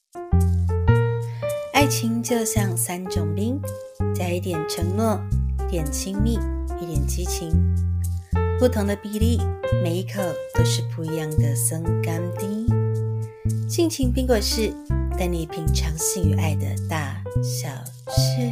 爱情就像3种冰，加一点承诺，一点亲密，一点激情，不同的比例，每一口都是不一样的松甘滴。性情冰果室，带你品尝性与爱的大小事。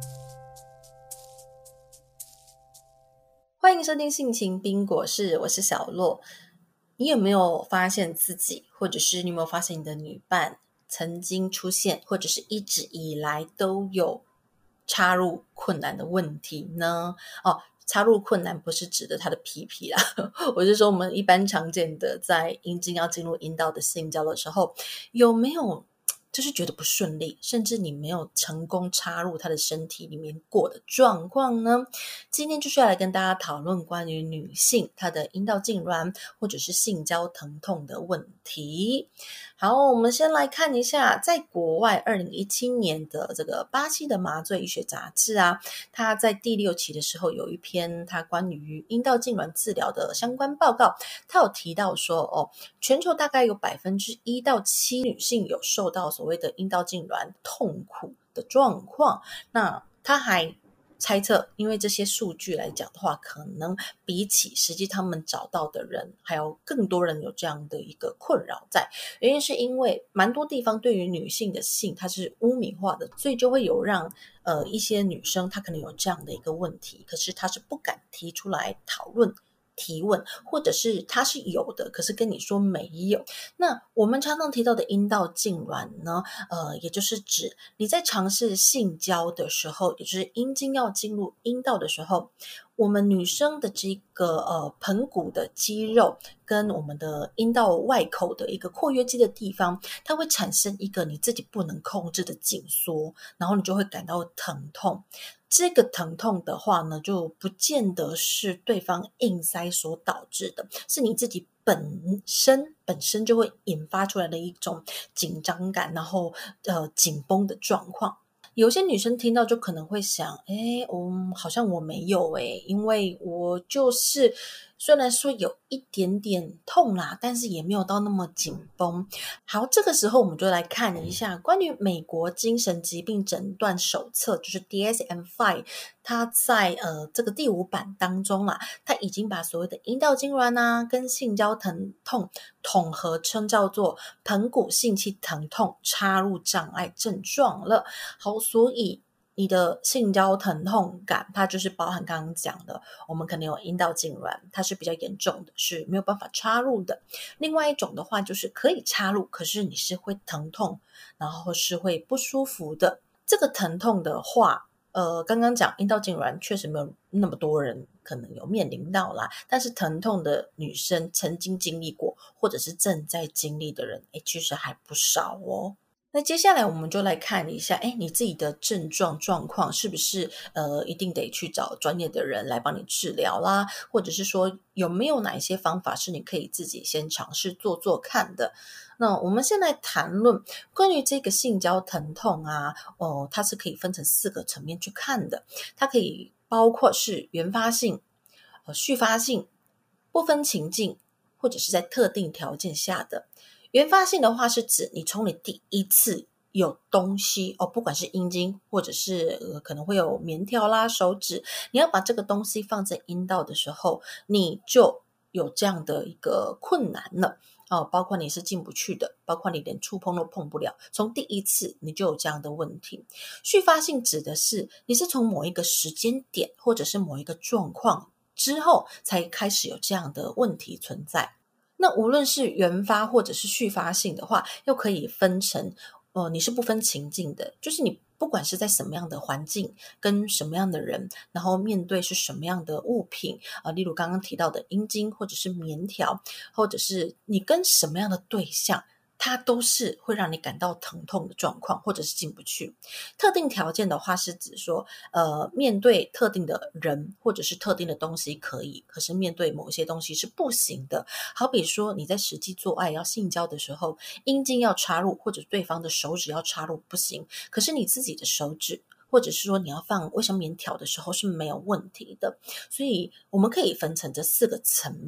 欢迎收听性情冰果室，我是小洛。你有没有发现自己，或者是你有没有发现你的女伴曾经出现，或者是一直以来都有插入困难的问题呢？插入困难不是指的他的屁屁啦，我是说我们一般常见的在阴茎要进入阴道的性交的时候，有没有就是觉得不顺利，甚至你没有成功插入他的身体里面过的状况呢？今天就是要来跟大家讨论关于女性她的阴道痉挛或者是性交疼痛的问题。好，我们先来看一下，在国外2017年的这个巴西的麻醉医学杂志啊，它在第6期的时候有一篇它关于阴道痉挛治疗的相关报告，它有提到说全球大概有1%到7%女性有受到所谓的阴道痉挛痛苦的状况。那它还猜测，因为这些数据来讲的话，可能比起实际他们找到的人，还有更多人有这样的一个困扰在。原因是因为蛮多地方对于女性的性它是污名化的，所以就会有让一些女生她可能有这样的一个问题，可是她是不敢提出来讨论提问，或者是它是有的，可是跟你说没有。那我们常常提到的阴道痉挛呢，也就是指你在尝试性交的时候，也就是阴茎要进入阴道的时候，我们女生的这个盆骨的肌肉跟我们的阴道外口的一个括约肌的地方，它会产生一个你自己不能控制的紧缩，然后你就会感到疼痛。这个疼痛的话呢，就不见得是对方硬塞所导致的，是你自己本身就会引发出来的一种紧张感，然后紧绷的状况。有些女生听到就可能会想，好像我没有因为我就是虽然说有一点点痛啦，但是也没有到那么紧绷。好，这个时候我们就来看一下关于美国精神疾病诊断手册，就是 DSM-5， 它在这个第5版当中啦，它已经把所谓的阴道痉挛啊跟性交疼痛统合称叫做盆骨性器疼痛插入障碍症状了。好，所以你的性交疼痛感，它就是包含刚刚讲的，我们可能有阴道痉挛，它是比较严重的，是没有办法插入的。另外一种的话，就是可以插入，可是你是会疼痛，然后是会不舒服的。这个疼痛的话，刚刚讲阴道痉挛确实没有那么多人可能有面临到啦，但是疼痛的女生曾经经历过，或者是正在经历的人，其实还不少哦。那接下来我们就来看一下，你自己的症状状况是不是一定得去找专业的人来帮你治疗啦，或者是说有没有哪一些方法是你可以自己先尝试做做看的。那我们先来谈论关于这个性交疼痛啊，它是可以分成4个层面去看的。它可以包括是原发性、续发性、不分情境，或者是在特定条件下的。原发性的话是指你从你第一次有东西不管是阴茎或者是可能会有棉条啦、手指，你要把这个东西放在阴道的时候，你就有这样的一个困难了包括你是进不去的，包括你连触碰都碰不了，从第一次你就有这样的问题。续发性指的是你是从某一个时间点或者是某一个状况之后才开始有这样的问题存在。那无论是原发或者是续发性的话，又可以分成你是不分情境的，就是你不管是在什么样的环境跟什么样的人，然后面对是什么样的物品例如刚刚提到的阴茎或者是棉条，或者是你跟什么样的对象，它都是会让你感到疼痛的状况，或者是进不去。特定条件的话是指说面对特定的人或者是特定的东西可以，可是面对某些东西是不行的。好比说你在实际做爱要性交的时候，阴茎要插入或者对方的手指要插入不行，可是你自己的手指或者是说你要放卫生棉条的时候是没有问题的。所以我们可以分成这4个层面。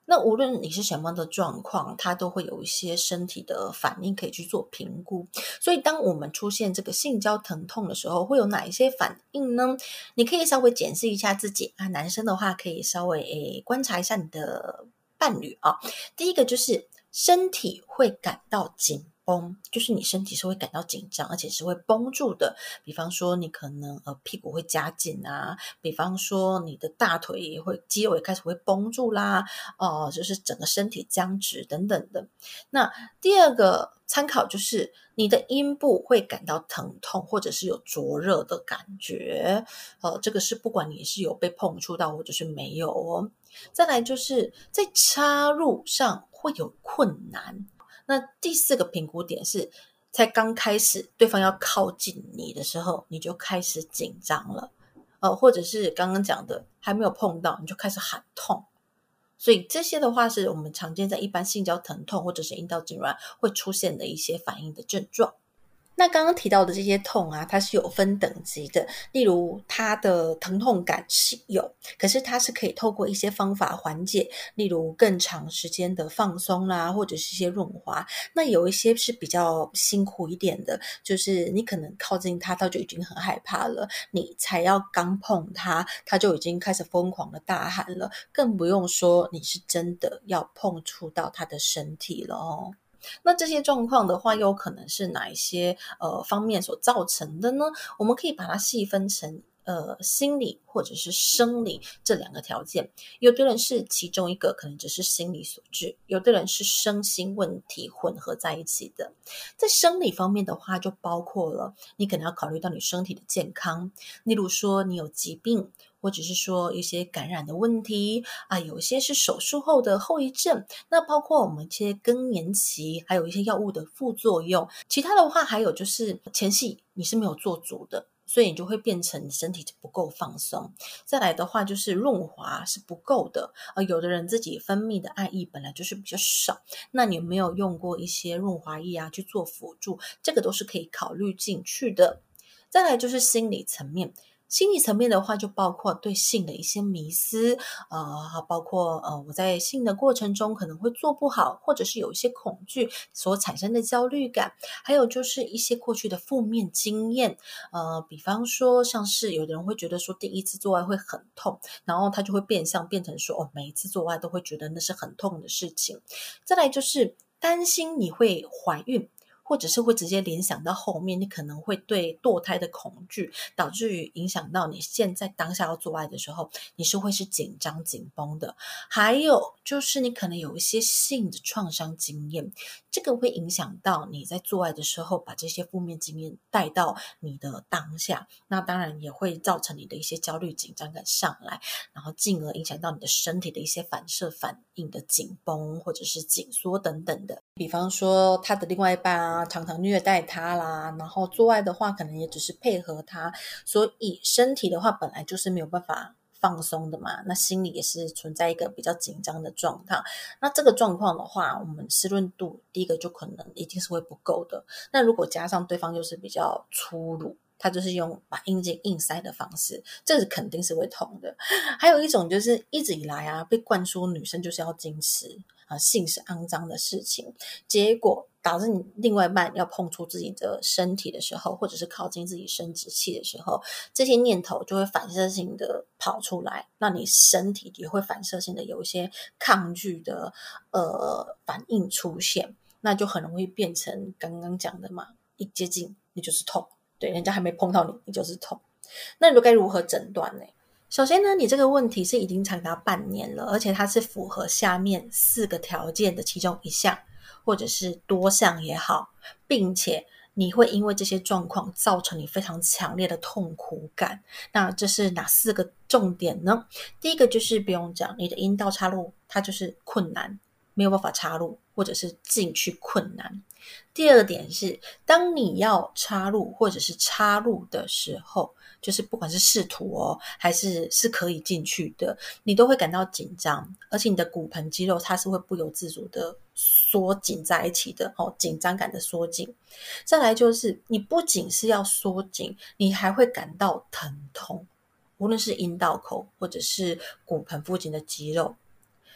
那无论你是什么样的状况，它都会有一些身体的反应可以去做评估。所以当我们出现这个性交疼痛的时候，会有哪一些反应呢？你可以稍微检视一下自己啊，男生的话可以稍微观察一下你的伴侣啊。第一个就是身体会感到紧绷，就是你身体是会感到紧张，而且是会绷住的。比方说你可能屁股会夹紧啊，比方说你的大腿也会肌肉也开始会绷住啦，就是整个身体僵直等等的。那第二个参考就是你的阴部会感到疼痛，或者是有灼热的感觉，这个是不管你是有被碰触到或者是没有哦。再来就是在插入上会有困难。那第四个评估点是才刚开始对方要靠近你的时候，你就开始紧张了，或者是刚刚讲的还没有碰到你就开始喊痛。所以这些的话是我们常见在一般性交疼痛或者是阴道痉挛会出现的一些反应的症状。那刚刚提到的这些痛啊，它是有分等级的，例如它的疼痛感是有，可是它是可以透过一些方法缓解，例如更长时间的放松啦，或者是一些润滑。那有一些是比较辛苦一点的，就是你可能靠近它，它就已经很害怕了，你才要刚碰它，它就已经开始疯狂的大喊了，更不用说你是真的要碰触到它的身体了哦。那这些状况的话，有可能是哪一些方面所造成的呢？我们可以把它细分成心理或者是生理这两个条件。有的人是其中一个，可能只是心理所致；有的人是身心问题混合在一起的。在生理方面的话，就包括了你可能要考虑到你身体的健康，例如说你有疾病，或者是说一些感染的问题啊，有一些是手术后的后遗症，那包括我们一些更年期，还有一些药物的副作用。其他的话还有就是前戏你是没有做足的，所以你就会变成你身体不够放松。再来的话就是润滑是不够的，有的人自己分泌的爱液本来就是比较少，那你有没有用过一些润滑液啊去做辅助，这个都是可以考虑进去的。再来就是心理层面，心理层面的话，就包括对性的一些迷思，包括我在性的过程中可能会做不好，或者是有一些恐惧所产生的焦虑感，还有就是一些过去的负面经验，比方说像是有的人会觉得说第一次做爱会很痛，然后他就会变成说每一次做爱都会觉得那是很痛的事情。再来就是担心你会怀孕，或者是会直接联想到后面你可能会对堕胎的恐惧，导致于影响到你现在当下要做爱的时候，你是会是紧张紧绷的。还有就是你可能有一些性的创伤经验，这个会影响到你在做爱的时候把这些负面经验带到你的当下，那当然也会造成你的一些焦虑紧张感上来，然后进而影响到你的身体的一些反射反应的紧绷或者是紧缩等等的。比方说他的另外一半啊，常常虐待他啦，然后做爱的话可能也只是配合他，所以身体的话本来就是没有办法放松的嘛，那心里也是存在一个比较紧张的状态。那这个状况的话，我们湿润度第一个就可能一定是会不够的。那如果加上对方又是比较粗鲁，他就是用把阴茎硬塞的方式，这是肯定是会痛的。还有一种就是一直以来啊，被灌输女生就是要矜持啊，性是肮脏的事情，结果导致你另外一半要碰触自己的身体的时候，或者是靠近自己生殖器的时候，这些念头就会反射性的跑出来，那你身体也会反射性的有一些抗拒的反应出现，那就很容易变成刚刚讲的嘛，一接近你就是痛，对，人家还没碰到你，你就是痛。那你该如何诊断呢？首先呢，你这个问题是已经长达半年了，而且它是符合下面4个条件的其中一项，或者是多项也好，并且你会因为这些状况造成你非常强烈的痛苦感。那这是哪4个重点呢？第一个就是不用讲，你的阴道插入它就是困难，没有办法插入，或者是进去困难。第二点是，当你要插入或者是插入的时候，就是不管是试图还是可以进去的，你都会感到紧张，而且你的骨盆肌肉它是会不由自主的缩紧在一起的，紧张感的缩紧。再来就是你不仅是要缩紧，你还会感到疼痛，无论是阴道口或者是骨盆附近的肌肉。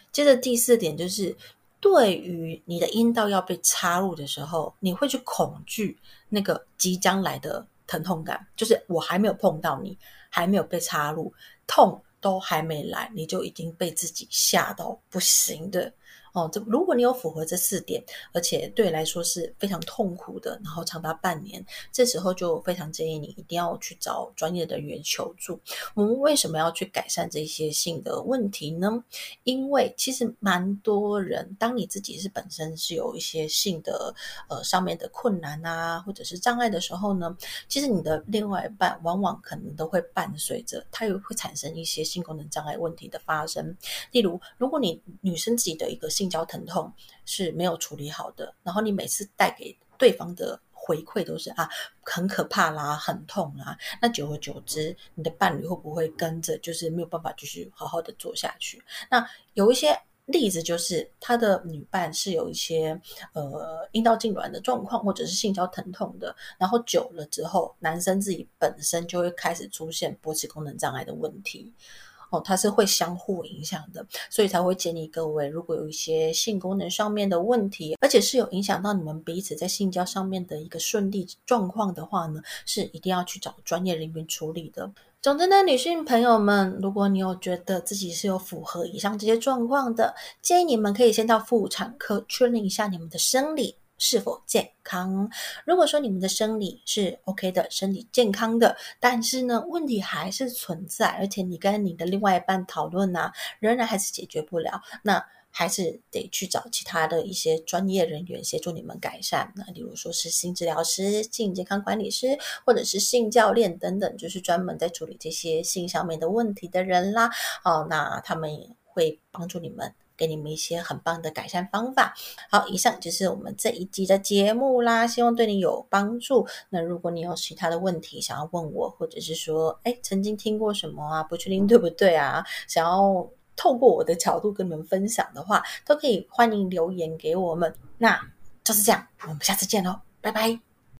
接着第4点就是，对于你的阴道要被插入的时候，你会去恐惧那个即将来的疼痛感，就是我还没有碰到你，还没有被插入，痛都还没来，你就已经被自己吓到不行的。如果你有符合这4点，而且对你来说是非常痛苦的，然后长达半年，这时候就非常建议你一定要去找专业的人员求助。我们为什么要去改善这些性的问题呢？因为其实蛮多人，当你自己是本身是有一些性的上面的困难啊，或者是障碍的时候呢，其实你的另外一半往往可能都会伴随着，它也会产生一些性功能障碍问题的发生。例如，如果你女生自己的一个性交疼痛是没有处理好的，然后你每次带给对方的回馈都是很可怕啦，很痛啦，那久而久之，你的伴侣会不会跟着就是没有办法继续好好的做下去？那有一些例子就是他的女伴是有一些阴道痉挛的状况，或者是性交疼痛的，然后久了之后，男生自己本身就会开始出现勃起功能障碍的问题。它是会相互影响的，所以才会建议各位，如果有一些性功能上面的问题，而且是有影响到你们彼此在性交上面的一个顺利状况的话呢，是一定要去找专业人员处理的。总之呢，女性朋友们，如果你有觉得自己是有符合以上这些状况的，建议你们可以先到妇产科确认一下你们的生理是否健康。如果说你们的生理是 OK 的，身体健康的，但是呢问题还是存在，而且你跟你的另外一半讨论仍然还是解决不了，那还是得去找其他的一些专业人员协助你们改善。那例如说是性治疗师、性健康管理师，或者是性教练等等，就是专门在处理这些性上面的问题的人啦。那他们也会帮助你们，给你们一些很棒的改善方法。好，以上就是我们这一集的节目啦，希望对你有帮助。那如果你有其他的问题想要问我，或者是说曾经听过什么不确定对不对想要透过我的角度跟你们分享的话，都可以欢迎留言给我们。那就是这样，我们下次见咯，拜拜。